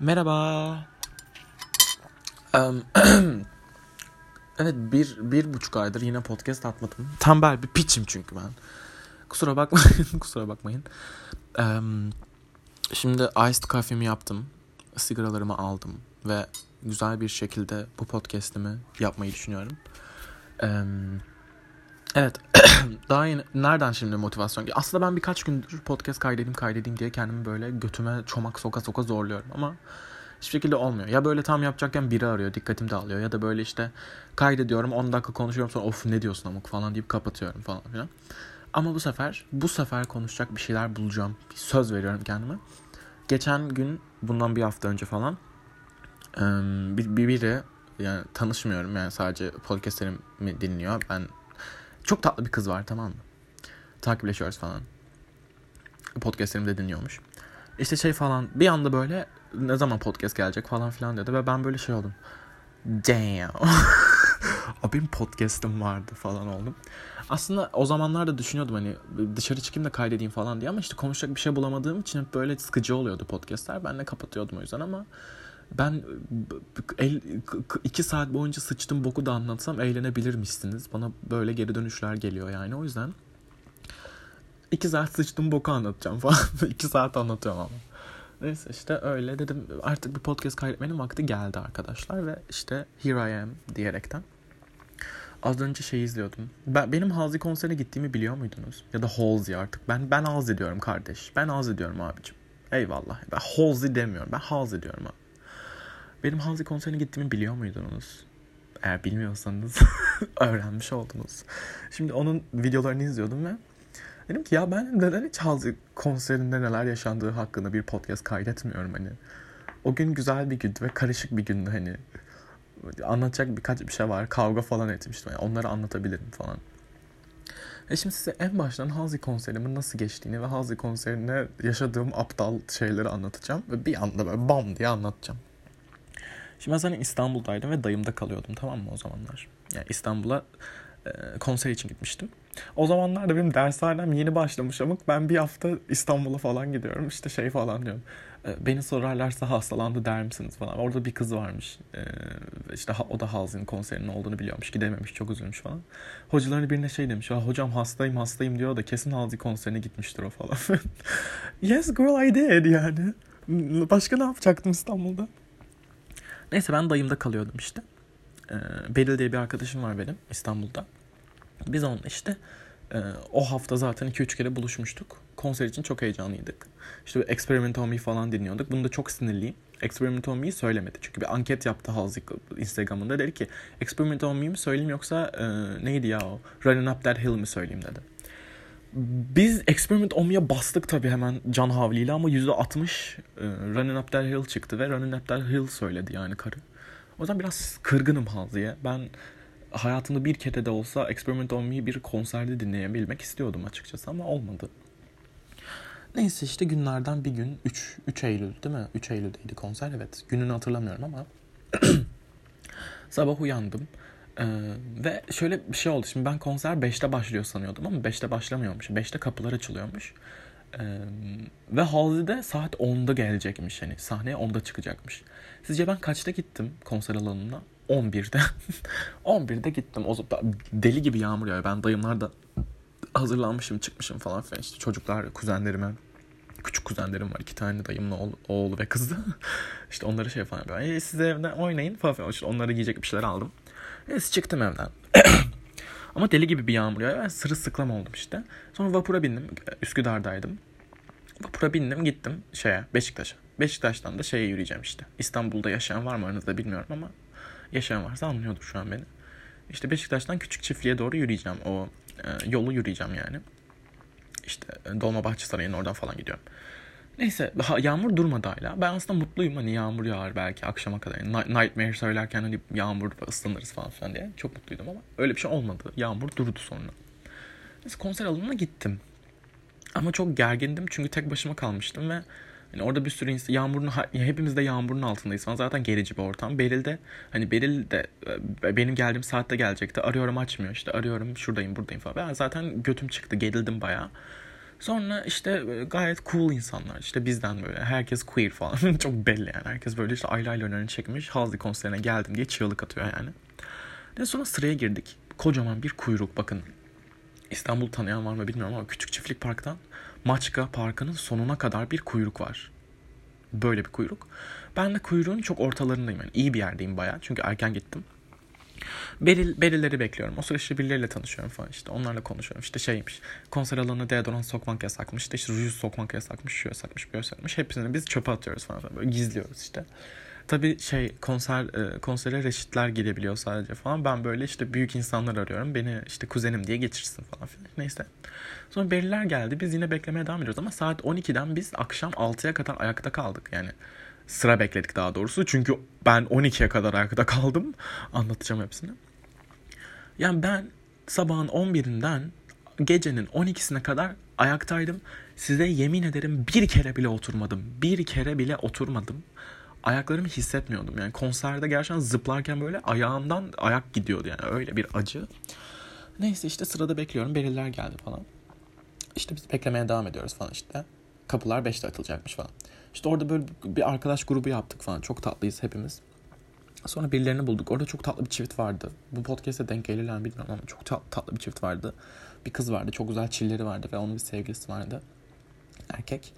Merhaba. Evet, bir buçuk aydır yine podcast atmadım. Tembel bir piçim çünkü ben. Kusura bakmayın, kusura bakmayın. Şimdi iced kahvemi yaptım. Sigaralarımı aldım. Ve güzel bir şekilde bu podcast'imi yapmayı düşünüyorum. Evet. Daha yeni, nereden şimdi motivasyon? Aslında ben birkaç gündür podcast kaydedeyim diye kendimi böyle götüme çomak soka zorluyorum ama hiçbir şekilde olmuyor. Ya böyle tam yapacakken biri arıyor, dikkatim dağılıyor. Ya da böyle işte kaydediyorum, 10 dakika konuşuyorum, sonra of ne diyorsun amuk falan deyip kapatıyorum falan filan. Ama bu sefer konuşacak bir şeyler bulacağım. Bir söz veriyorum kendime. Geçen gün, bundan bir hafta önce falan biri, yani tanışmıyorum, yani sadece podcastlerimi dinliyor. Çok tatlı bir kız var, tamam mı? Takipleşiyoruz falan. Podcastlerimi de dinliyormuş. İşte şey falan, bir anda böyle ne zaman podcast gelecek falan filan dedi. Ve ben böyle şey oldum. Damn. Benim podcast'ım vardı falan oldum. Aslında o zamanlarda düşünüyordum hani dışarı çıkayım da kaydedeyim falan diye. Ama işte konuşacak bir şey bulamadığım için hep böyle sıkıcı oluyordu podcast'ler. Ben de kapatıyordum o yüzden ama ben 2 saat boyunca sıçtım boku da anlatsam eğlenebilirmişsiniz. Bana böyle geri dönüşler geliyor yani. O yüzden 2 saat sıçtım boku anlatacağım falan. 2 saat anlatıyorum ama. Neyse işte öyle dedim. Artık bir podcast kaydetmenin vakti geldi arkadaşlar. Ve işte here I am diyerekten. Az önce şey izliyordum. Benim Halsey konserine gittiğimi biliyor muydunuz? Ya da Halsey artık. Ben Halsey diyorum kardeş. Ben Halsey diyorum abicim. Eyvallah. Ben Halsey demiyorum. Ben Halsey diyorum abi. Benim Halsey konserine gittiğimi biliyor muydunuz? Eğer bilmiyorsanız öğrenmiş oldunuz. Şimdi onun videolarını izliyordum ve dedim ki ya ben neden hiç Halsey konserinde neler yaşandığı hakkında bir podcast kaydetmiyorum hani. O gün güzel bir gündü ve karışık bir gündü hani. Anlatacak birkaç bir şey var. Kavga falan etmiştim. Yani onları anlatabilirim falan. Şimdi size en baştan Halsey konserimin nasıl geçtiğini ve Halsey konserinde yaşadığım aptal şeyleri anlatacağım. Ve bir anda böyle bam diye anlatacağım. Şimdi ben zaten İstanbul'daydım ve dayımda kalıyordum, tamam mı o zamanlar? Yani İstanbul'a konser için gitmiştim. O zamanlarda benim dershanem yeni başlamış ama ben bir hafta İstanbul'a falan gidiyorum. İşte şey falan diyorum. Beni sorarlarsa hastalandı der misiniz falan. Orada bir kız varmış. İşte o da Halsey'nin konserinin olduğunu biliyormuş. Gidememiş, çok üzülmüş falan. Hocalarına birine şey demiş. Ya hocam hastayım diyor da kesin Halsey konserine gitmiştir o falan. Yes girl I did yani. Başka ne yapacaktım İstanbul'da? Neyse ben dayımda kalıyordum işte. Beril diye bir arkadaşım var benim İstanbul'da. Biz onunla işte o hafta zaten 2-3 kere buluşmuştuk. Konser için çok heyecanlıydık. İşte Experiment on Me falan dinliyorduk. Bunda çok sinirliyim. Experiment on Me'yi söylemedi. Çünkü bir anket yaptı Halsey Instagram'ında. Dedi ki Experiment on Me mi söyleyeyim yoksa neydi ya o? Running Up That Hill mi söyleyeyim dedi. Biz Experiment on Me'ye bastık tabii hemen can havliyle ama %60 Running Up That Hill çıktı ve Running Up That Hill söyledi yani karı. O yüzden biraz kırgınım Halsey'e. Ben hayatımda bir kere de olsa Experiment on Me'yi bir konserde dinleyebilmek istiyordum açıkçası ama olmadı. Neyse işte günlerden bir gün 3 Eylül değil mi? 3 Eylül'deydi konser, evet. Gününü hatırlamıyorum ama sabah uyandım. Ve şöyle bir şey oldu. Şimdi ben konser 5'te başlıyor sanıyordum ama 5'te başlamıyormuş. 5'te kapılar açılıyormuş. Ve Halsey'de saat 10'da gelecekmiş. Hani sahneye 10'da çıkacakmış. Sizce ben kaçta gittim konser alanına? 11'de. 11'de gittim. O zaman deli gibi yağmur yağıyor. Ben dayımlar da hazırlanmışım, çıkmışım falan filan. İşte çocuklar, kuzenlerime, küçük kuzenlerim var. 2 tane dayımın oğlu ve kızı. İşte onları şey falan yapıyor. Siz evden oynayın falan filan. İşte onlara giyecek bir şeyler aldım. Çıktım evden. Ama deli gibi bir yağmur yağıyor. Ben sırılsıklam oldum işte. Sonra vapura bindim. Üsküdar'daydım. Vapura bindim, gittim Beşiktaş'a. Beşiktaş'tan da yürüyeceğim işte. İstanbul'da yaşayan var mı aranızda bilmiyorum ama yaşayan varsa anlıyordur şu an beni. İşte Beşiktaş'tan Küçük Çiftliğe doğru yürüyeceğim. O yolu yürüyeceğim yani. İşte Dolmabahçe Sarayı'nın oradan falan gidiyorum. Neyse yağmur durmadı hala. Ben aslında mutluyum hani yağmur yağar belki akşama kadar. Yani Nightmare söylerken hani yağmur ıslanırız falan filan diye. Çok mutluydum ama öyle bir şey olmadı. Yağmur durdu sonra. Neyse konser alanına gittim. Ama çok gergindim çünkü tek başıma kalmıştım ve hani orada bir sürü insan hepimiz de yağmurun altındayız falan. Zaten gerici bir ortam. Beril de benim geldiğim saatte gelecekti. Arıyorum açmıyor işte. Arıyorum şuradayım buradayım falan. Ben zaten götüm çıktı. Gerildim bayağı. Sonra işte gayet cool insanlar. İşte bizden böyle. Herkes queer falan. Çok belli yani. Herkes böyle işte eyeliner'ını çekmiş. Halsey konserine geldim diye çığlık atıyor yani. Ve sonra sıraya girdik. Kocaman bir kuyruk. Bakın, İstanbul tanıyan var mı bilmiyorum ama Küçük Çiftlik Park'tan Maçka Parkı'nın sonuna kadar bir kuyruk var. Böyle bir kuyruk. Ben de kuyruğun çok ortalarındayım. Yani iyi bir yerdeyim bayağı. Çünkü erken gittim. Berileri bekliyorum. O sırada işte birileriyle tanışıyorum falan işte. Onlarla konuşuyorum. İşte şeymiş. Konser alanına deodorant sokmak yasakmış. İşte ruj sokmak yasakmış. Şu yasakmış, bu yasakmış. Hepsini biz çöpe atıyoruz falan. Böyle gizliyoruz işte. Tabii konsere reşitler gidebiliyor sadece falan. Ben böyle işte büyük insanlar arıyorum. Beni işte kuzenim diye geçirsin falan filan. Neyse. Sonra beriler geldi. Biz yine beklemeye devam ediyoruz ama saat 12'den biz akşam 6'ya kadar ayakta kaldık. Yani sıra bekledik daha doğrusu. Çünkü ben 12'ye kadar ayakta kaldım. Anlatacağım hepsini. Yani ben sabahın 11'inden gecenin 12'sine kadar ayaktaydım. Size yemin ederim bir kere bile oturmadım. Bir kere bile oturmadım. Ayaklarımı hissetmiyordum. Yani konserde gerçekten zıplarken böyle ayağımdan ayak gidiyordu yani. Öyle bir acı. Neyse işte sırada bekliyorum. Beriler geldi falan. İşte biz beklemeye devam ediyoruz falan işte. Kapılar 5'te açılacakmış falan. İşte orada böyle bir arkadaş grubu yaptık falan. Çok tatlıyız hepimiz. Sonra birilerini bulduk. Orada çok tatlı bir çift vardı. Bu podcast'e denk gelirler mi bilmiyorum ama çok tatlı bir çift vardı. Bir kız vardı. Çok güzel çilleri vardı ve onun bir sevgilisi vardı. Erkek.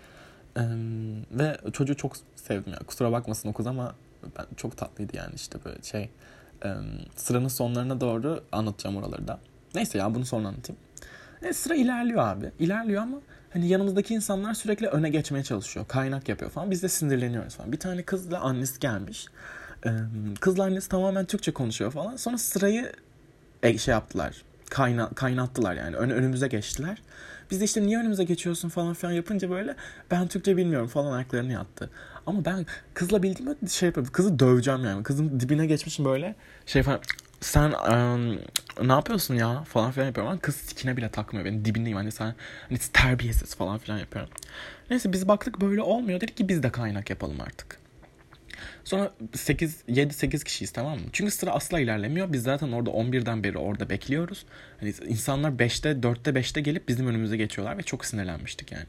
Ve çocuğu çok sevdim ya. Kusura bakmasın o kız ama ben çok tatlıydı yani işte böyle şey. Sıranın sonlarına doğru anlatacağım oraları da. Neyse ya bunu sonra anlatayım. Sıra ilerliyor abi. İlerliyor ama hani yanımızdaki insanlar sürekli öne geçmeye çalışıyor. Kaynak yapıyor falan. Biz de sinirleniyoruz falan. Bir tane kızla annesi gelmiş. Kızla annesi tamamen Türkçe konuşuyor falan. Sonra sırayı şey yaptılar. Kaynattılar yani. Önümüze geçtiler. Biz de işte niye önümüze geçiyorsun falan filan yapınca böyle ben Türkçe bilmiyorum falan ayaklarını yattı. Ama ben kızla bildiğim şey yapıyorum. Kızı döveceğim yani. Kızın dibine geçmişim böyle şey falan. Sen ne yapıyorsun ya falan filan yapıyorum. Ama kız sikine bile takmıyor. Benim dibindeyim. Hani sen hani terbiyesiz falan filan yapıyorum. Neyse biz baktık böyle olmuyor. Dedik ki biz de kaynak yapalım artık. Sonra 7-8 kişiyiz, tamam mı? Çünkü sıra asla ilerlemiyor. Biz zaten orada 11'den beri orada bekliyoruz. Hani insanlar 4'te 5'te gelip bizim önümüze geçiyorlar ve çok sinirlenmiştik yani.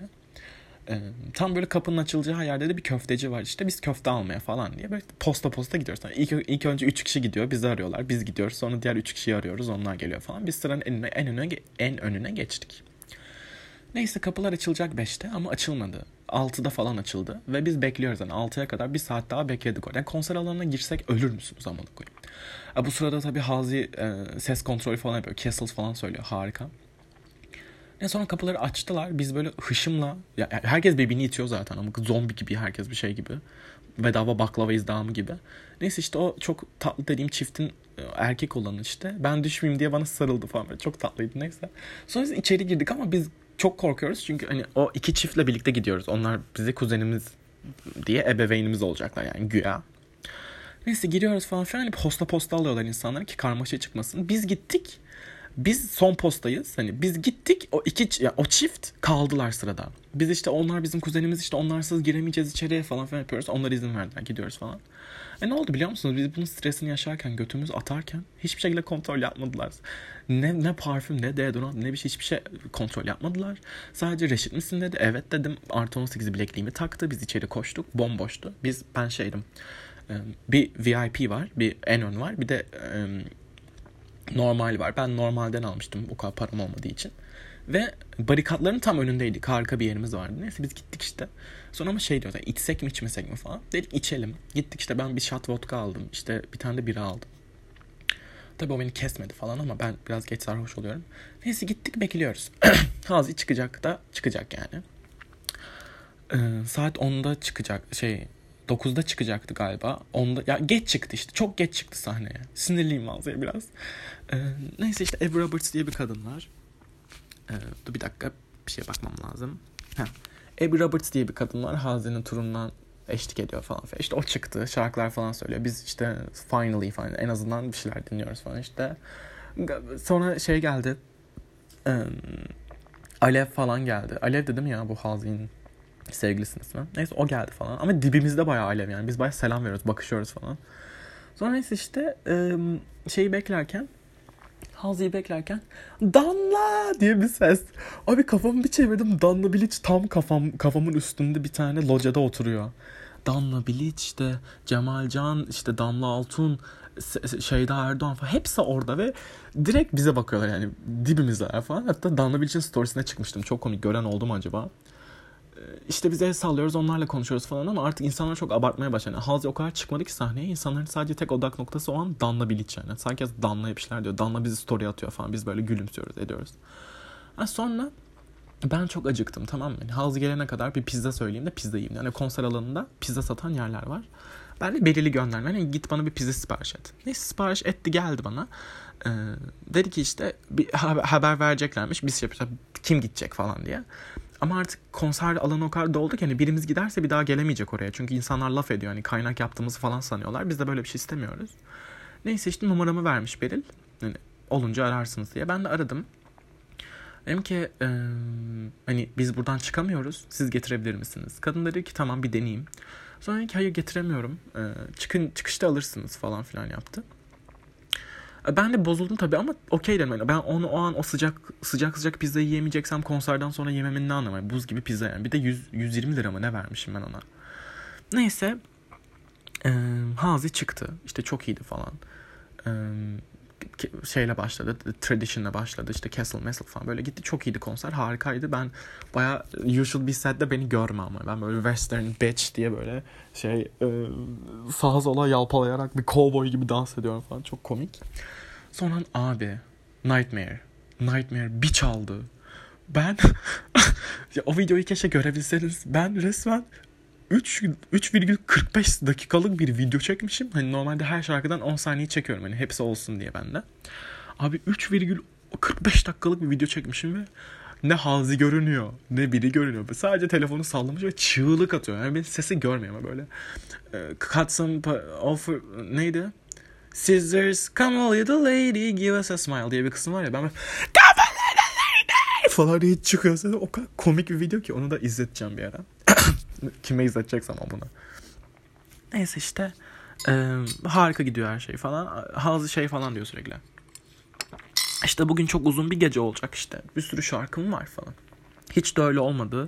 Tam böyle kapının açılacağı yerde de bir köfteci var işte. Biz köfte almaya falan diye böyle posta gidiyoruz. Yani ilk önce 3 kişi gidiyor. Bizi arıyorlar. Biz gidiyoruz. Sonra diğer 3 kişiyi arıyoruz. Onlar geliyor falan. Biz sıranın en önüne geçtik. Neyse kapılar açılacak 5'te ama açılmadı. 6'da falan açıldı ve biz bekliyoruz yani 6'ya kadar bir saat daha bekledik orada. Yani konser alanına girsek ölür müsünüz amına koyayım. Bu sırada tabii Halsey ses kontrolü falan yapıyor. Castles falan söylüyor. Harika. Sonra kapıları açtılar. Biz böyle hışımla ya herkes birbirini itiyor zaten ama zombi gibi herkes bir şey gibi. Bedava baklava izdamı gibi. Neyse işte o çok tatlı dediğim çiftin erkek olanı işte. Ben düşmeyeyim diye bana sarıldı falan böyle. Çok tatlıydı neyse. Sonra biz içeri girdik ama biz çok korkuyoruz çünkü hani o iki çiftle birlikte gidiyoruz. Onlar bize kuzenimiz diye ebeveynimiz olacaklar yani güya. Neyse giriyoruz falan filan. Hani posta alıyorlar insanları ki karmaşa çıkmasın. Biz gittik. Biz son postayız. Hani biz gittik. O çift kaldılar sırada. Biz işte onlar bizim kuzenimiz işte onlarsız giremeyeceğiz içeriye falan filan yapıyoruz. Onlar izin verdiler. Gidiyoruz falan. Ne oldu biliyor musunuz? Biz bunun stresini yaşarken götümüz atarken hiçbir şekilde kontrol yapmadılar. Ne parfüm ne deodorant ne bir şey hiçbir şey kontrol yapmadılar. Sadece reşit misin dedi. Evet dedim. Artı 18 bilekliğimi taktı. Biz içeri koştuk. Bomboştu. Ben şeydim. Bir VIP var. Bir en ön var. Bir de normal var. Ben normalden almıştım o kadar param olmadığı için. Ve barikatların tam önündeydik. Harika bir yerimiz vardı. Neyse biz gittik işte. Sonra ama şey diyorlar. İçsek mi içmesek mi falan. Dedik içelim. Gittik işte ben bir shot vodka aldım. İşte bir tane de bira aldım. Tabii o beni kesmedi falan ama ben biraz geç sarhoş oluyorum. Neyse gittik bekliyoruz. Halsey çıkacak yani. Saat 10'da çıkacak 9'da çıkacaktı galiba. 10'da ya geç çıktı işte. Çok geç çıktı sahneye. Sinirliyim Halsey'e biraz. Neyse işte Abby Roberts diye bir kadın var. Dur bir dakika bir şeye bakmam lazım. Abby Roberts diye bir kadın var. Halsey'nin turundan eşlik ediyor falan. İşte o çıktı. Şarkılar falan söylüyor. Biz işte finally en azından bir şeyler dinliyoruz falan işte. Sonra şey geldi. Alev falan geldi. Alev dedim ya bu Halsey'nin sevgilisinin ismi. Neyse o geldi falan. Ama dibimizde bayağı Alev yani. Biz bayağı selam veriyoruz. Bakışıyoruz falan. Sonra neyse işte şeyi beklerken Halsey'i beklerken Danla diye bir ses. Abi kafamı bir çevirdim. Danla Bilic tam kafamın üstünde bir tane locada oturuyor. Danla Bilic işte Cemal Can işte Damla Altun Şeyda Erdoğan falan hepsi orada ve direkt bize bakıyorlar yani dibimizdeler falan. Hatta Danla Bilic'in storiesine çıkmıştım. Çok komik, gören oldu mu acaba? İşte biz el sallıyoruz, onlarla konuşuyoruz falan ama artık insanlar çok abartmaya başladı. Yani Halsey o kadar çıkmadı ki sahneye. İnsanların sadece tek odak noktası o an Danla Bilic yani. Sanki Danla yapışlar diyor. Danla bizi story atıyor falan. Biz böyle gülümsüyoruz, ediyoruz. Sonra ben çok acıktım, tamam mı? Yani Halsey gelene kadar bir pizza söyleyeyim de pizza yiyeyim. Yani konser alanında pizza satan yerler var. Ben de Beril'i gönderdim. Yani git bana bir pizza sipariş et. Neyse sipariş etti, geldi bana. Dedi ki işte bir haber vereceklermiş. Biz şey yapacağız. Kim gidecek falan diye. Ama artık konser alanı o kadar doldu ki hani birimiz giderse bir daha gelemeyecek oraya. Çünkü insanlar laf ediyor. Hani kaynak yaptığımızı falan sanıyorlar. Biz de böyle bir şey istemiyoruz. Neyse işte numaramı vermiş Beril. Yani olunca ararsınız diye. Ben de aradım. Dedim ki hani biz buradan çıkamıyoruz. Siz getirebilir misiniz? Kadın dedi ki tamam bir deneyeyim. Sonra dedi ki hayır getiremiyorum. Çıkışta alırsınız falan filan yaptı. Ben de bozuldum tabii ama okey dedim. Yani ben onu o an o sıcak pizzayı yiyemeyeceksem konserden sonra yememin ne anlamı? Yani buz gibi pizza yani. Bir de 120 lira mı ne vermişim ben ona. Neyse. Halsey çıktı. İşte çok iyiydi falan. Şeyle başladı. Tradition'la başladı. İşte Castle falan böyle gitti. Çok iyiydi konser. Harikaydı. Ben bayağı Usual Beast'de beni görme ama. Ben böyle Western Bitch diye böyle sağa sola yalpalayarak bir cowboy gibi dans ediyorum falan. Çok komik. Sonra abi Nightmare bir çaldı. Ben ya o videoyu keşke görebilseniz. Ben resmen 3,45 dakikalık bir video çekmişim. Hani normalde her şarkıdan 10 saniye çekiyorum. Hani hepsi olsun diye bende. Abi 3,45 dakikalık bir video çekmişim ve ne Halsey görünüyor ne biri görünüyor. Sadece telefonu sallamış ve çığlık atıyor. Yani benim sesi görmüyor ama böyle. Cut some offer neydi? Scissors, come a little lady, give us a smile diye bir kısım var ya. Ben böyle come a little lady falan diye çıkıyor. O kadar komik bir video ki onu da izleteceğim bir ara. Kime izleteceksem ama bunu. Neyse işte harika gidiyor her şey falan. Halsey şey falan diyor sürekli. İşte bugün çok uzun bir gece olacak işte. Bir sürü şarkım var falan. Hiç de öyle olmadı.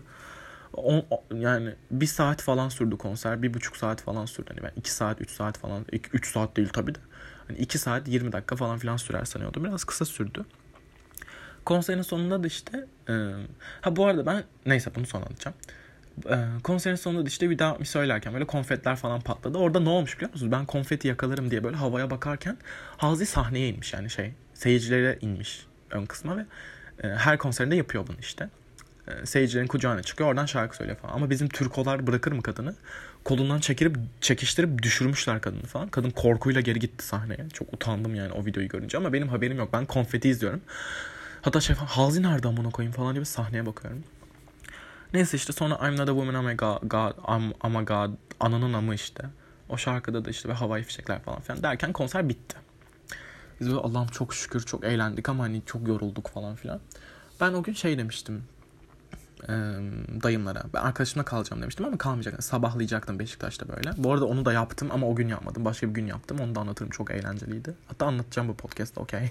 Yani 1 saat falan sürdü konser. 1,5 saat falan sürdü. Hani ben 2 saat 3 saat falan. 3 saat değil tabii de. Hani 2 saat 20 dakika falan filan sürer sanıyordum. Biraz kısa sürdü. Konserin sonunda da işte bu arada ben neyse bunu sonra anlatacağım. Konserin sonunda da işte bir daha söylerken böyle konfetler falan patladı. Orada ne olmuş biliyor musunuz? Ben konfeti yakalarım diye böyle havaya bakarken Halsey sahneye inmiş. Yani seyircilere inmiş ön kısma ve her konserinde yapıyor bunu işte. Seyircilerin kucağına çıkıyor, oradan şarkı söylüyor falan. Ama bizim Türkolar bırakır mı kadını? Kolundan çekiştirip düşürmüşler kadını falan. Kadın korkuyla geri gitti sahneye. Çok utandım yani o videoyu görünce ama benim haberim yok. Ben konfeti izliyorum. Hatta falan Halsey nerede amına koyayım falan diye sahneye bakıyorum. Neyse işte sonra I'm not a woman, oh my god, oh my god, ananın amı işte. O şarkıda da işte ve havai fişekler falan filan derken konser bitti. Biz böyle Allah'ım çok şükür çok eğlendik ama hani çok yorulduk falan filan. Ben o gün demiştim dayımlara. Ben arkadaşımla kalacağım demiştim ama kalmayacaktım. Sabahlayacaktım Beşiktaş'ta böyle. Bu arada onu da yaptım ama o gün yapmadım. Başka bir gün yaptım. Onu da anlatırım. Çok eğlenceliydi. Hatta anlatacağım bu podcast'ta. Okey.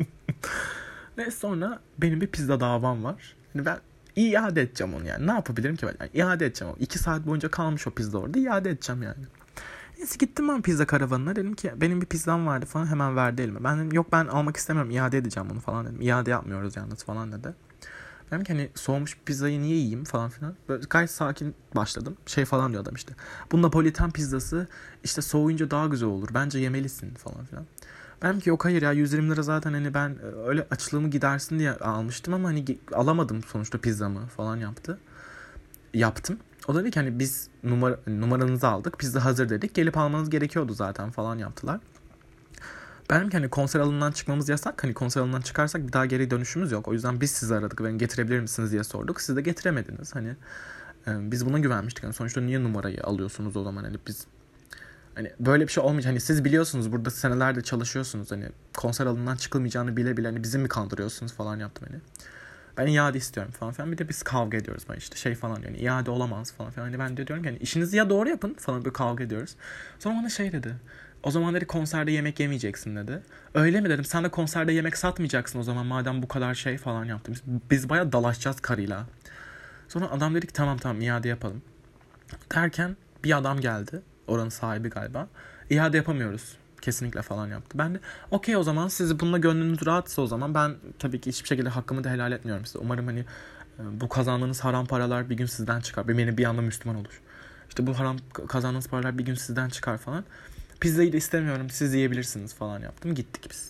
Ve sonra benim bir pizza davam var. Yani ben iade edeceğim onu yani. Ne yapabilirim ki ben? Yani iade edeceğim. 2 saat boyunca kalmış o pizza orada. İade edeceğim yani. Neyse gittim ben pizza karavanına. Dedim ki benim bir pizzam vardı falan. Hemen verdi elime. Ben dedim yok ben almak istemiyorum. İade edeceğim bunu falan dedim. İade yapmıyoruz yalnız falan dedi. Dedim ki hani soğumuş pizzayı niye yiyeyim falan filan. Böyle gayet sakin başladım. Falan diyor adam işte. Bu Napolitan pizzası işte soğuyunca daha güzel olur. Bence yemelisin falan filan. Ben ki yok hayır ya 120 lira zaten hani ben öyle açlığımı gidersin diye almıştım ama hani alamadım sonuçta pizzamı falan yaptım. O da dedi ki hani biz numaranızı aldık. Pizza hazır dedik. Gelip almanız gerekiyordu zaten falan yaptılar. Benim hani konser alanından çıkmamız yasak. Hani konser alanından çıkarsak bir daha geri dönüşümüz yok. O yüzden biz sizi aradık ve getirebilir misiniz diye sorduk. Siz de getiremediniz. Hani biz buna güvenmiştik. Yani sonuçta niye numarayı alıyorsunuz o zaman? Hani biz hani böyle bir şey olmayacak. Hani siz biliyorsunuz burada senelerde çalışıyorsunuz. Hani konser alanından çıkılmayacağını bile bile hani bizi mi kandırıyorsunuz falan yaptım hani. Ben iade istiyorum falan filan. Bir de biz kavga ediyoruz ben işte falan diyor. Yani iade olamaz falan filan. Hani ben de diyorum ki hani işinizi ya doğru yapın falan böyle kavga ediyoruz. Sonra bana dedi. O zaman dedi konserde yemek yemeyeceksin dedi. Öyle mi dedim. Sen de konserde yemek satmayacaksın o zaman madem bu kadar şey falan yaptım. Biz bayağı dalaşacağız karıyla. Sonra adam dedi ki tamam iade yapalım. Derken bir adam geldi. Oranın sahibi galiba. İade yapamıyoruz. Kesinlikle falan yaptı. Ben de okey o zaman sizi bununla gönlünüz rahatsa o zaman ben tabii ki hiçbir şekilde hakkımı da helal etmiyorum size. Umarım hani bu kazandığınız haram paralar bir gün sizden çıkar. Beni bir anda Müslüman olur. İşte bu haram kazandığınız paralar bir gün sizden çıkar falan. Pizzayı da istemiyorum siz yiyebilirsiniz falan yaptım. Gittik biz.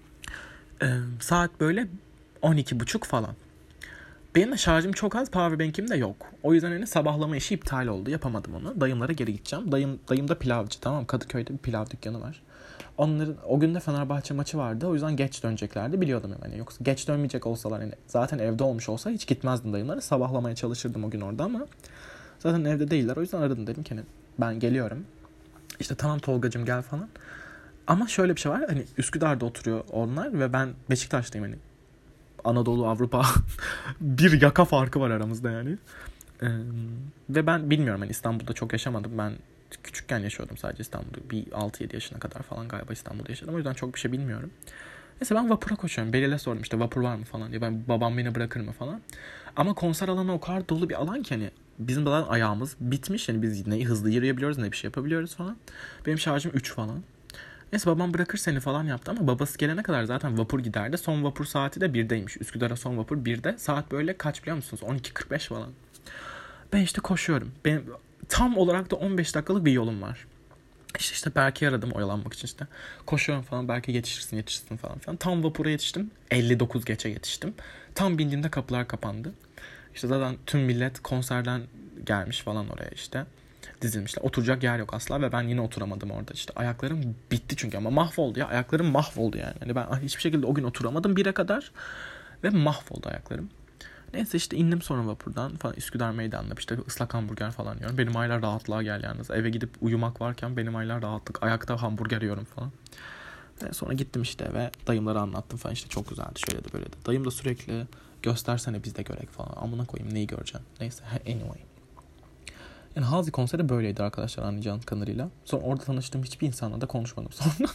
Saat böyle 12.30 falan. Benim de şarjım çok az, powerbank'im de yok. O yüzden hani sabahlama işi iptal oldu. Yapamadım onu. Dayımlara geri gideceğim. Dayım da pilavcı, tamam. Kadıköy'de bir pilav dükkanı var. Onların o gün de Fenerbahçe maçı vardı. O yüzden geç döneceklerdi. Biliyordum yani. Yoksa geç dönmeyecek olsalar yani zaten evde olmuş olsa hiç gitmezdim dayımlara. Sabahlamaya çalışırdım o gün orada ama zaten evde değiller. O yüzden aradım, dedim ki hani ben geliyorum. İşte tamam Tolgacığım gel falan. Ama şöyle bir şey var. Hani Üsküdar'da oturuyor onlar ve ben Beşiktaş'tayım hani. Anadolu, Avrupa bir yaka farkı var aramızda yani. Ve ben bilmiyorum hani İstanbul'da çok yaşamadım. Ben küçükken yaşıyordum sadece İstanbul'da. Bir 6-7 yaşına kadar falan galiba İstanbul'da yaşadım. O yüzden çok bir şey bilmiyorum. Neyse ben vapura koşuyorum. Beril'e sordum işte vapur var mı falan diye. Babam beni bırakır mı falan. Ama konser alanı o kadar dolu bir alan ki hani bizim de ayağımız bitmiş. Yani biz ne hızlı yürüyebiliyoruz ne bir şey yapabiliyoruz falan. Benim şarjım 3 falan. Neyse babam bırakır seni falan yaptı ama babası gelene kadar zaten vapur giderdi. Son vapur saati de 1'deymiş. Üsküdar'a son vapur 1'de. Saat böyle kaç biliyor musunuz? 12.45 falan. Ben işte koşuyorum. Benim tam olarak da 15 dakikalık bir yolum var. İşte Berke'yi aradım oyalanmak için işte. Koşuyorum falan, Berke yetişirsin falan filan. Tam vapura yetiştim. 59 geçe yetiştim. Tam bindiğimde kapılar kapandı. İşte zaten tüm millet konserden gelmiş falan oraya işte. Dizilmişler. Oturacak yer yok asla ve ben yine oturamadım orada. İşte ayaklarım bitti çünkü ama mahvoldu ya. Ayaklarım mahvoldu yani. Yani ben hiçbir şekilde o gün oturamadım 1'e kadar ve mahvoldu ayaklarım. Neyse işte indim sonra vapurdan falan Üsküdar Meydanı'nda işte ıslak hamburger falan yiyorum. Benim aylar rahatlığa gel yalnız. Eve gidip uyumak varken benim aylar rahatlık. Ayakta hamburger yiyorum falan. Sonra gittim işte eve dayımlara anlattım falan işte çok güzeldi şöyle de böyle de. Dayım da sürekli göstersene biz de görek falan. Amına koyayım neyi göreceksin. Neyse anyway. Yani Halsey konseri böyleydi arkadaşlar anlayacağınız kadarıyla. Sonra orada tanıştığım hiçbir insanla da konuşmadım sonra.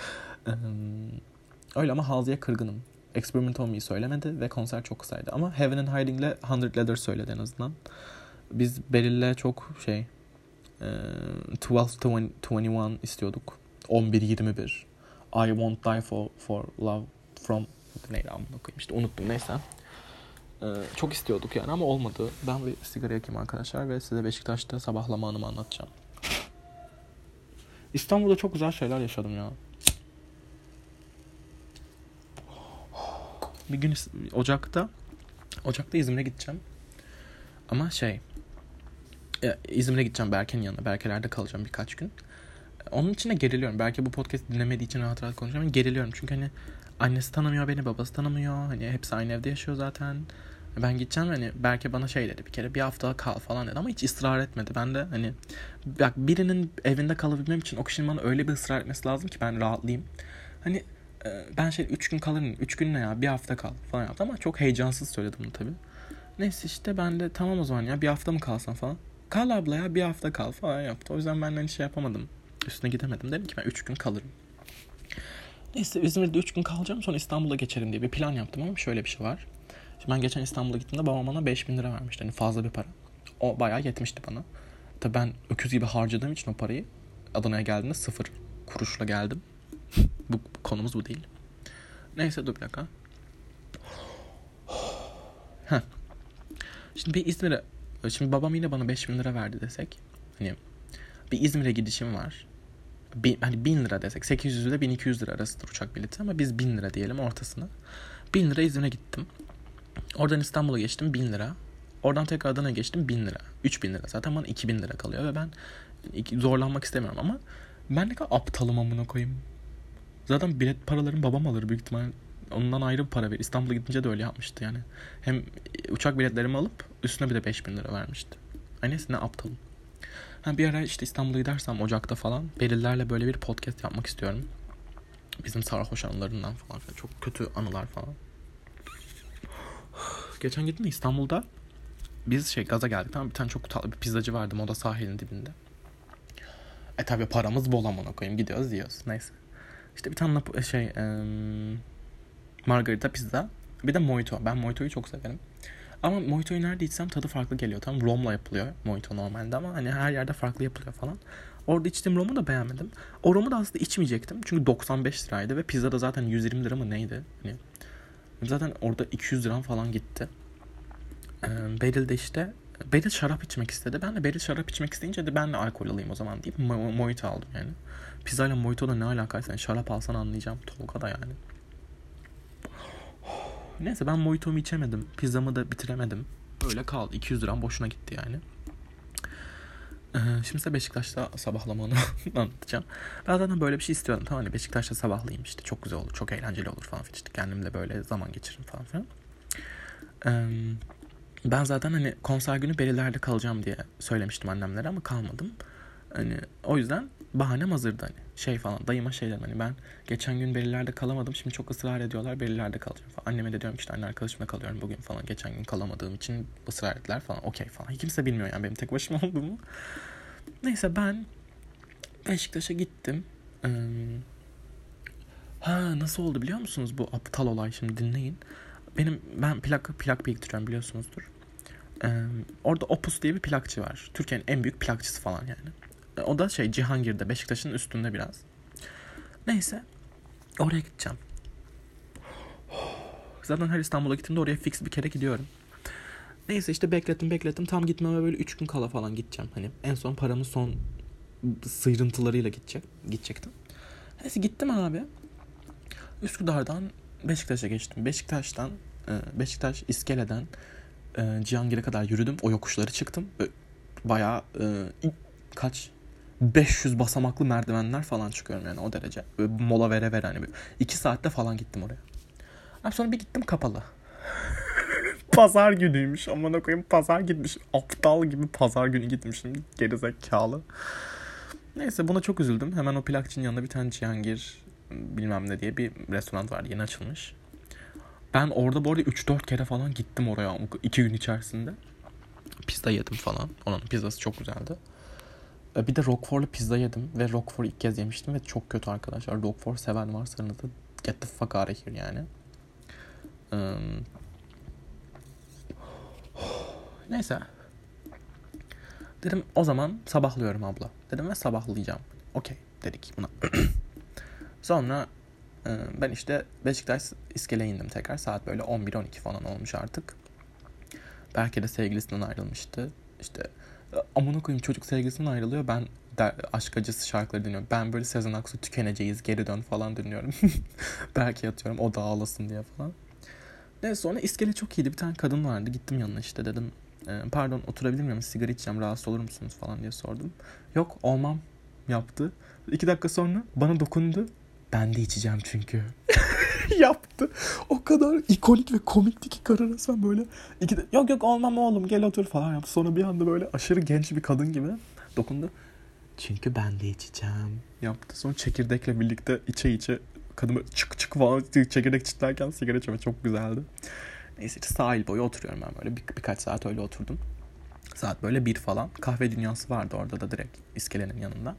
Öyle ama Halsey'e kırgınım. Experiment on Me'yi söylemedi ve konser çok kısaydı. Ama Heaven and Hiding'le 100 Letters söyledi en azından. Biz Beryl'le çok 12-21 istiyorduk. 11-21. I Won't Die for Love from... Neydi amına koyayım işte unuttum neyse. Çok istiyorduk yani ama olmadı. Ben bir sigara yakayım arkadaşlar ve size Beşiktaş'ta sabahlama anımı anlatacağım. İstanbul'da çok güzel şeyler yaşadım ya. Bir gün Ocak'ta İzmir'e gideceğim. Ama İzmir'e gideceğim Berke'nin yanına. Berke'lerde kalacağım birkaç gün. Onun için de geriliyorum. Belki bu podcast dinlemediği için rahat rahat konuşacağım ama geriliyorum. Çünkü hani annesi tanımıyor beni, babası tanımıyor. Hani hepsi aynı evde yaşıyor zaten. Ben gideceğim hani belki bana dedi bir kere bir hafta kal falan dedi ama hiç ısrar etmedi. Ben de hani bak birinin evinde kalabilmem için o kişinin bana öyle bir ısrar etmesi lazım ki ben rahatlayayım. Hani ben 3 gün kalırım. 3 gün ne ya bir hafta kal falan yaptı ama çok heyecansız söyledim bunu tabii. Neyse işte ben de tamam o zaman ya bir hafta mı kalsam falan. Kal abla ya bir hafta kal falan yaptı. O yüzden ben hani yapamadım. Üstüne gidemedim. Dedim ki ben 3 gün kalırım. Neyse İzmir'de 3 gün kalacağım sonra İstanbul'a geçerim diye bir plan yaptım ama şöyle bir şey var. Şimdi ben geçen İstanbul'a gittiğimde babam bana 5.000 lira vermişti. Hani fazla bir para. O bayağı yetmişti bana. Tabii ben öküz gibi harcadığım için o parayı Adana'ya geldiğimde 0 kuruşla geldim. bu konumuz bu değil. Neyse dur bir dakika. Şimdi babam yine bana 5.000 lira verdi desek. Hani bir İzmir'e gidişim var. Hani 1.000 lira desek 800 ile 1.200 lira arasıdır uçak bileti ama biz 1.000 lira diyelim ortasına. 1.000 lira İzmir'e gittim. Oradan İstanbul'a geçtim 1.000 lira. Oradan tekrar Adana'ya geçtim 1.000 lira. 3.000 lira. Zaten bana 2.000 lira kalıyor ve ben zorlanmak istemiyorum ama ben ne kadar aptalım amına koyayım. Zaten bilet paralarını babam alır büyük ihtimal. Ondan ayrı bir para verir. İstanbul'a gidince de öyle yapmıştı yani. Hem uçak biletlerimi alıp üstüne bir de 5.000 lira vermişti. Ay neyse ne aptalım. Bir ara işte İstanbul'a gidersem Ocak'ta falan Berillerle böyle bir podcast yapmak istiyorum. Bizim sarhoş anılarından falan. Çok kötü anılar falan. Geçen gittim de İstanbul'da biz gaza geldik. Tamam bir tane çok tatlı bir pizzacı vardı Moda sahilinin dibinde. Tabii paramız bol amına koyayım. Gidiyoruz yiyoruz. Neyse. İşte bir tane margarita pizza. Bir de mojito. Ben mojitoyu çok severim. Ama mojitoyu nerede içsem tadı farklı geliyor. Tam romla yapılıyor mojito normalde ama hani her yerde farklı yapılıyor falan. Orada içtiğim romu da beğenmedim. O romu da aslında içmeyecektim. Çünkü 95 liraydı ve pizza da zaten 120 lira mı neydi? Hani zaten orada 200 liram falan gitti. Beril de işte Beril şarap içmek istedi. Ben de Beril şarap içmek isteyince de ben de alkol alayım o zaman deyip mojito aldım yani. Pizzayla mojito da ne alakaysa yani şarap alsan anlayacağım. Tolga da yani. Neyse ben mojitomu içemedim. Pizzamı da bitiremedim. Öyle kaldı. 200 liram boşuna gitti yani. Şimdi size Beşiktaş'ta sabahlamanı anlatacağım. Ben zaten böyle bir şey istiyordum. Tamam hani Beşiktaş'ta sabahlayayım işte. Çok güzel olur. Çok eğlenceli olur falan. İşte kendimle böyle zaman geçiririm falan filan. Ben zaten hani konser günü Berilerde kalacağım diye söylemiştim annemlere ama kalmadım. Hani o yüzden bahanem hazırdı hani. Şey falan dayıma şey dedim hani ben geçen gün Berilerde kalamadım. Şimdi çok ısrar ediyorlar Berilerde kalacağım falan. Anneme de diyorum işte anne arkadaşımla kalıyorum bugün falan. Geçen gün kalamadığım için ısrar ettiler falan. Okey falan. Kimse bilmiyor yani benim tek başıma olduğumu. Neyse ben Beşiktaş'a gittim. Nasıl oldu biliyor musunuz bu aptal olay şimdi dinleyin. Ben plak biriktiriyorum biliyorsunuzdur. Orada Opus diye bir plakçı var. Türkiye'nin en büyük plakçısı falan yani. O da Cihangir'de Beşiktaş'ın üstünde biraz. Neyse oraya gideceğim. Zaten her İstanbul'a gittiğimde oraya fix bir kere gidiyorum. Neyse işte beklettim. Tam gitmeme böyle 3 gün kala falan gideceğim. Hani en son paramın son sıyrıntılarıyla gidecektim. Neyse gittim abi. Üsküdar'dan Beşiktaş'a geçtim. Beşiktaş İskele'den Cihangir'e kadar yürüdüm. O yokuşları çıktım. Bayağı 500 basamaklı merdivenler falan çıkıyorum yani o derece. Böyle mola vere hani 2 saatte falan gittim oraya. Abi sonra bir gittim kapalı. Pazar günüymüş. Aman koyayım pazar gitmiş. Aptal gibi pazar günü gitmişim. Gerizekalı. Neyse buna çok üzüldüm. Hemen o plakçının yanında bir tane Cihangir bilmem ne diye bir restoran vardı. Yeni açılmış. Ben orada bu arada 3-4 kere falan gittim oraya 2 gün içerisinde. Pizza yedim falan. Onun pizzası çok güzeldi. Bir de Roquefort'lu pizza yedim. Ve Roquefort'u ilk kez yemiştim ve çok kötü arkadaşlar. Roquefort seven varsa aranızda get the fuck out of here yani. Neyse. Dedim o zaman sabahlıyorum abla. Dedim ve sabahlayacağım. Okey dedik buna. Sonra ben işte Beşiktaş İskele'ye indim tekrar. Saat böyle 11-12 falan olmuş artık. Belki de sevgilisinden ayrılmıştı. İşte amına koyayım çocuk sevgilisinden ayrılıyor. Ben aşk acısı şarkıları dinliyorum. Ben böyle Sezen Aksu tükeneceğiz geri dön falan dinliyorum. Belki yatıyorum o da ağlasın diye falan. Neyse sonra İskele çok iyiydi. Bir tane kadın vardı. Gittim yanına işte dedim. Pardon oturabilir miyim? Sigara içeceğim rahatsız olur musunuz falan diye sordum. Yok olmam yaptı. 2 dakika sonra bana dokundu. Ben de içeceğim çünkü. Yaptı. O kadar ikonik ve komikti ki karı resmen böyle. Yok olmam oğlum gel otur falan yaptı. Sonra bir anda böyle aşırı genç bir kadın gibi dokundu. Çünkü ben de içeceğim yaptı. Sonra çekirdekle birlikte içe kadın böyle çık falan çekirdek çitlerken sigara içiyor. Çok güzeldi. Neyse işte sahil boyu oturuyorum ben böyle birkaç saat öyle oturdum. Saat böyle 1 falan. Kahve dünyası vardı orada da direkt iskelenin yanında.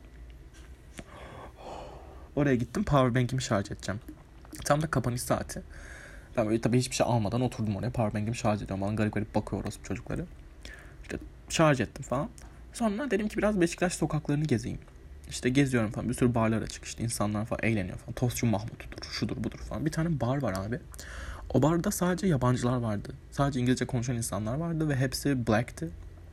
Oraya gittim powerbank'imi şarj edeceğim. Tam da kapanış saati. Ben böyle tabii hiçbir şey almadan oturdum oraya. Powerbank'imi şarj ediyorum. Bana garip bakıyor orası çocukları. İşte şarj ettim falan. Sonra dedim ki biraz Beşiktaş sokaklarını gezeyim. İşte geziyorum falan. Bir sürü barlar açık. İşte insanlar falan eğleniyor falan. Tostçu Mahmut'udur, şudur budur falan. Bir tane bar var abi. O barda sadece yabancılar vardı. Sadece İngilizce konuşan insanlar vardı ve hepsi black'ti.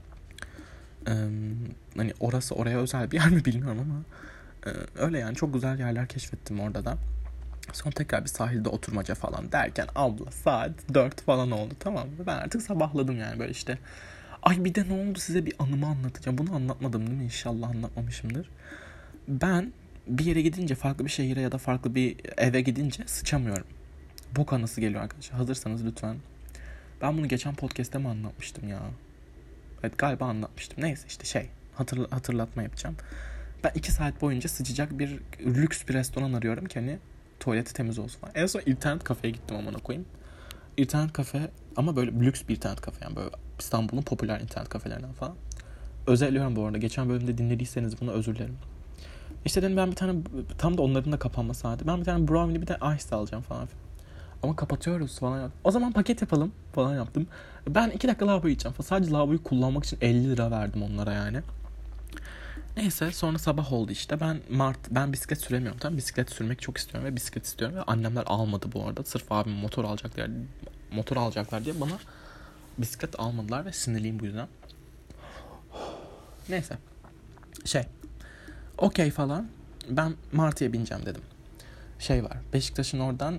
Hani orası oraya özel bir yer mi bilmiyorum ama öyle yani çok güzel yerler keşfettim orada da. Sonra tekrar bir sahilde oturmaca falan derken abla saat 4 falan oldu tamam mı? Ben artık sabahladım yani böyle işte. Ay bir de ne oldu size bir anımı anlatacağım. Bunu anlatmadım değil mi? İnşallah anlatmamışımdır. Ben bir yere gidince farklı bir şehire ya da farklı bir eve gidince sıçamıyorum. Bok anısı geliyor arkadaşlar. Hazırsanız lütfen. Ben bunu geçen podcast'te mi anlatmıştım ya? Evet galiba anlatmıştım. Neyse işte hatırlatma yapacağım. Ben 2 saat boyunca sıcak bir lüks bir restoran arıyorum ki hani tuvaleti temiz olsun falan. En son internet kafeye gittim amına koyayım. İnternet kafe ama böyle lüks bir internet kafe yani böyle İstanbul'un popüler internet kafelerinden falan. Özelliyorum bu arada. Geçen bölümde dinlediyseniz bunu özür dilerim. İşte dedim ben bir tane, tam da onların da kapanma saati. Ben bir tane brownie bir de ice alacağım falan filan. Ama kapatıyoruz falan yaptım. O zaman paket yapalım falan yaptım. Ben 2 dakika lavabo gideceğim falan. Sadece lavaboyu kullanmak için 50 lira verdim onlara yani. Neyse sonra sabah oldu işte. Ben bisiklet süremiyorum. Tamam, bisiklet sürmek çok istiyorum ve bisiklet istiyorum. Ve annemler almadı bu arada. Sırf abim motor alacaklar diye bana bisiklet almadılar ve sinirliyim bu yüzden. Neyse. Okey falan. Ben Martı'ya bineceğim dedim. Var. Beşiktaş'ın oradan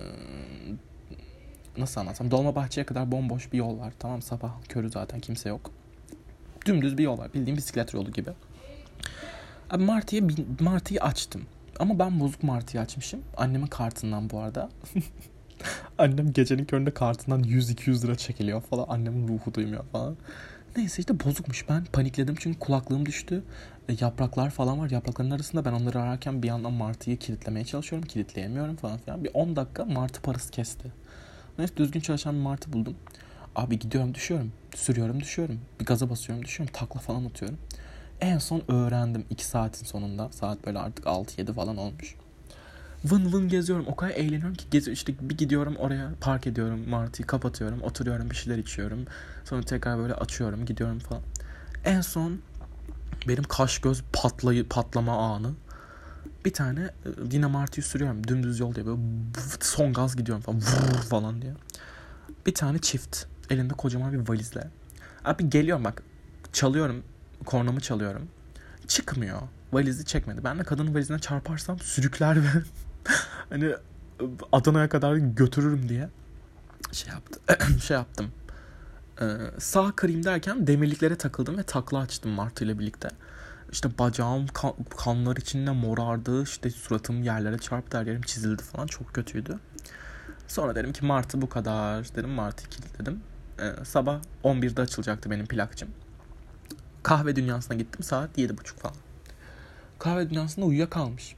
nasıl anlatsam, Dolmabahçe'ye kadar bomboş bir yol var. Tamam, sabah körü zaten kimse yok. Dümdüz bir yol var. Bildiğim bisiklet yolu gibi. Abi Martı'yı açtım. Ama ben bozuk Martı'yı açmışım. Annemin kartından bu arada. Annem gecenin köründe kartından 100-200 lira çekiliyor falan. Annemin ruhu duymuyor falan. Neyse işte bozukmuş. Ben panikledim çünkü kulaklığım düştü. Yapraklar falan var. Yaprakların arasında ben onları ararken bir yandan Martı'yı kilitlemeye çalışıyorum. Kilitleyemiyorum falan filan. Bir 10 dakika Martı parası kesti. Neyse düzgün çalışan bir Martı buldum. Abi gidiyorum düşüyorum. Sürüyorum düşüyorum. Bir gaza basıyorum düşüyorum. Takla falan atıyorum. En son öğrendim 2 saatin sonunda. Saat böyle artık 6-7 falan olmuş. Vın vın geziyorum. O kadar eğleniyorum ki işte bir gidiyorum oraya, park ediyorum, Martı'yı kapatıyorum, oturuyorum, bir şeyler içiyorum. Sonra tekrar böyle açıyorum, gidiyorum falan. En son benim kaş göz patlama anı. Bir tane yine Martı'yı sürüyorum. Dümdüz yol diye böyle son gaz gidiyorum falan. Falan diye. Bir tane çift elinde kocaman bir valizle. Abi geliyorum bak. Çalıyorum. Kornamı çalıyorum. Çıkmıyor. Valizi çekmedi. Ben de kadının valizine çarparsam sürükler ve hani Adana'ya kadar götürürüm diye yaptım. Sağ kırayım derken demirliklere takıldım ve takla açtım Martı ile birlikte. İşte bacağım kanlar içinde morardı. İşte suratım yerlere çarptı. Her yerim çizildi falan. Çok kötüydü. Sonra dedim ki Martı bu kadar. Dedim Martı'yı kilitledim. Sabah 11'de açılacaktı benim plakçım. Kahve dünyasına gittim. Saat 7.30 falan. Kahve dünyasında uyuyakalmış.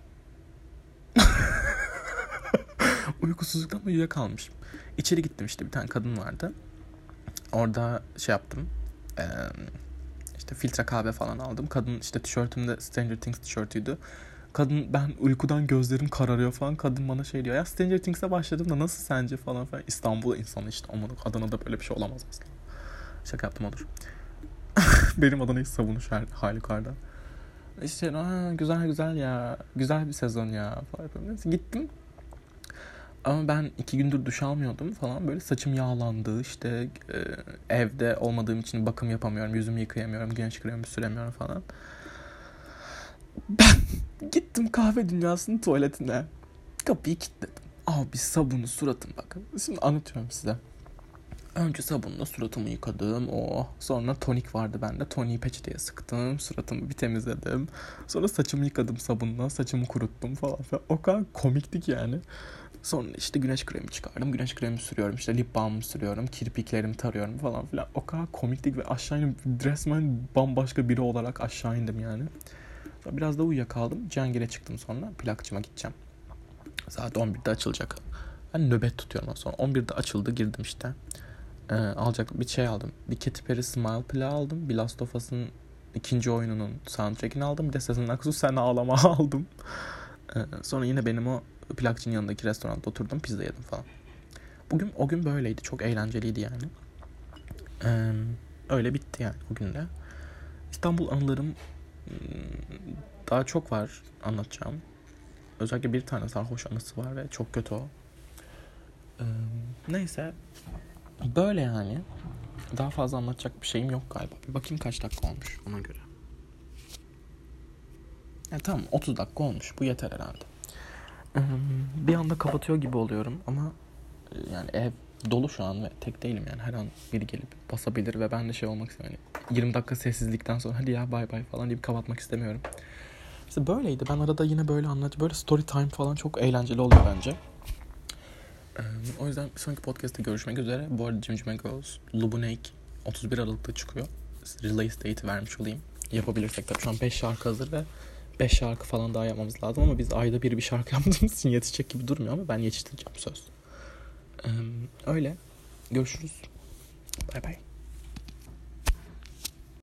Uykusuzluktan uyuyakalmış. İçeri gittim, işte bir tane kadın vardı. Orada yaptım. İşte filtre kahve falan aldım. Kadın işte tişörtümde Stranger Things tişörtüydü. Kadın, ben uykudan gözlerim kararıyor falan. Kadın bana diyor. Ya Stranger Things'e başladım da nasıl sence falan filan. İstanbul insanı işte. Adana'da böyle bir şey olamaz aslında. Şaka yaptım, olur. Benim Adana'yı savunuş halükarda. İşte güzel ya. Güzel bir sezon ya falan. Neyse gittim. Ama ben 2 gündür duş almıyordum falan. Böyle saçım yağlandı. İşte evde olmadığım için bakım yapamıyorum. Yüzümü yıkayamıyorum. Güneş kremi süremiyorum falan. Ben gittim kahve dünyasının tuvaletine. Kapıyı kilitledim. Abi sabunu suratım bakın. Şimdi anlatıyorum size. Önce sabunla suratımı yıkadım. Sonra tonik vardı bende. Toniği peçeteye sıktım. Suratımı bir temizledim. Sonra saçımı yıkadım sabunla. Saçımı kuruttum falan. O kadar komiktik yani. Sonra işte güneş kremi çıkardım. Güneş kremi sürüyorum. İşte lip balm'ı sürüyorum. Kirpiklerimi tarıyorum falan filan. O kadar komiktik ve aşağı indim. Resmen bambaşka biri olarak aşağı indim yani. Sonra biraz da uyuyakaldım. Cihangir'e çıktım sonra. Plakçıma gideceğim. Saat 11'de açılacak. Ben nöbet tutuyorum sonra. 11'de açıldı, girdim işte. Alacak bir şey aldım. Bir Katy Perry Smile plağı aldım. Bir Last of Us'ın 2. oyununun soundtrack'ini aldım. Bir de Sezen Aksu Sen Ağlama aldım. Sonra yine benim o plakçının yanındaki restoranda oturdum. Pizza yedim falan. O gün böyleydi. Çok eğlenceliydi yani. Öyle bitti yani o gün de. İstanbul anılarım daha çok var anlatacağım. Özellikle bir tane sarhoş anısı var ve çok kötü o. Neyse. Böyle yani. Daha fazla anlatacak bir şeyim yok galiba. Bir bakayım kaç dakika olmuş ona göre. Tamam, 30 dakika olmuş. Bu yeter herhalde. Bir anda kapatıyor gibi oluyorum ama yani ev dolu şu an ve tek değilim yani. Her an biri gelip basabilir ve ben de olmak istemiyorum. Yani 20 dakika sessizlikten sonra hadi ya bay bay falan deyip kapatmak istemiyorum. İşte böyleydi. Ben arada yine böyle böyle story time falan çok eğlenceli oluyor bence. O yüzden bir sonraki podcast'te görüşmek üzere. Bu arada Cimcime Girls, Lubunake 31 Aralık'ta çıkıyor. Release date'i vermiş olayım. Yapabilirsek tabii. Şu an 5 şarkı hazır ve 5 şarkı falan daha yapmamız lazım ama biz ayda bir şarkı yaptığımız için yetişecek gibi durmuyor ama ben yetiştireceğim söz. Öyle. Görüşürüz. Bay bay.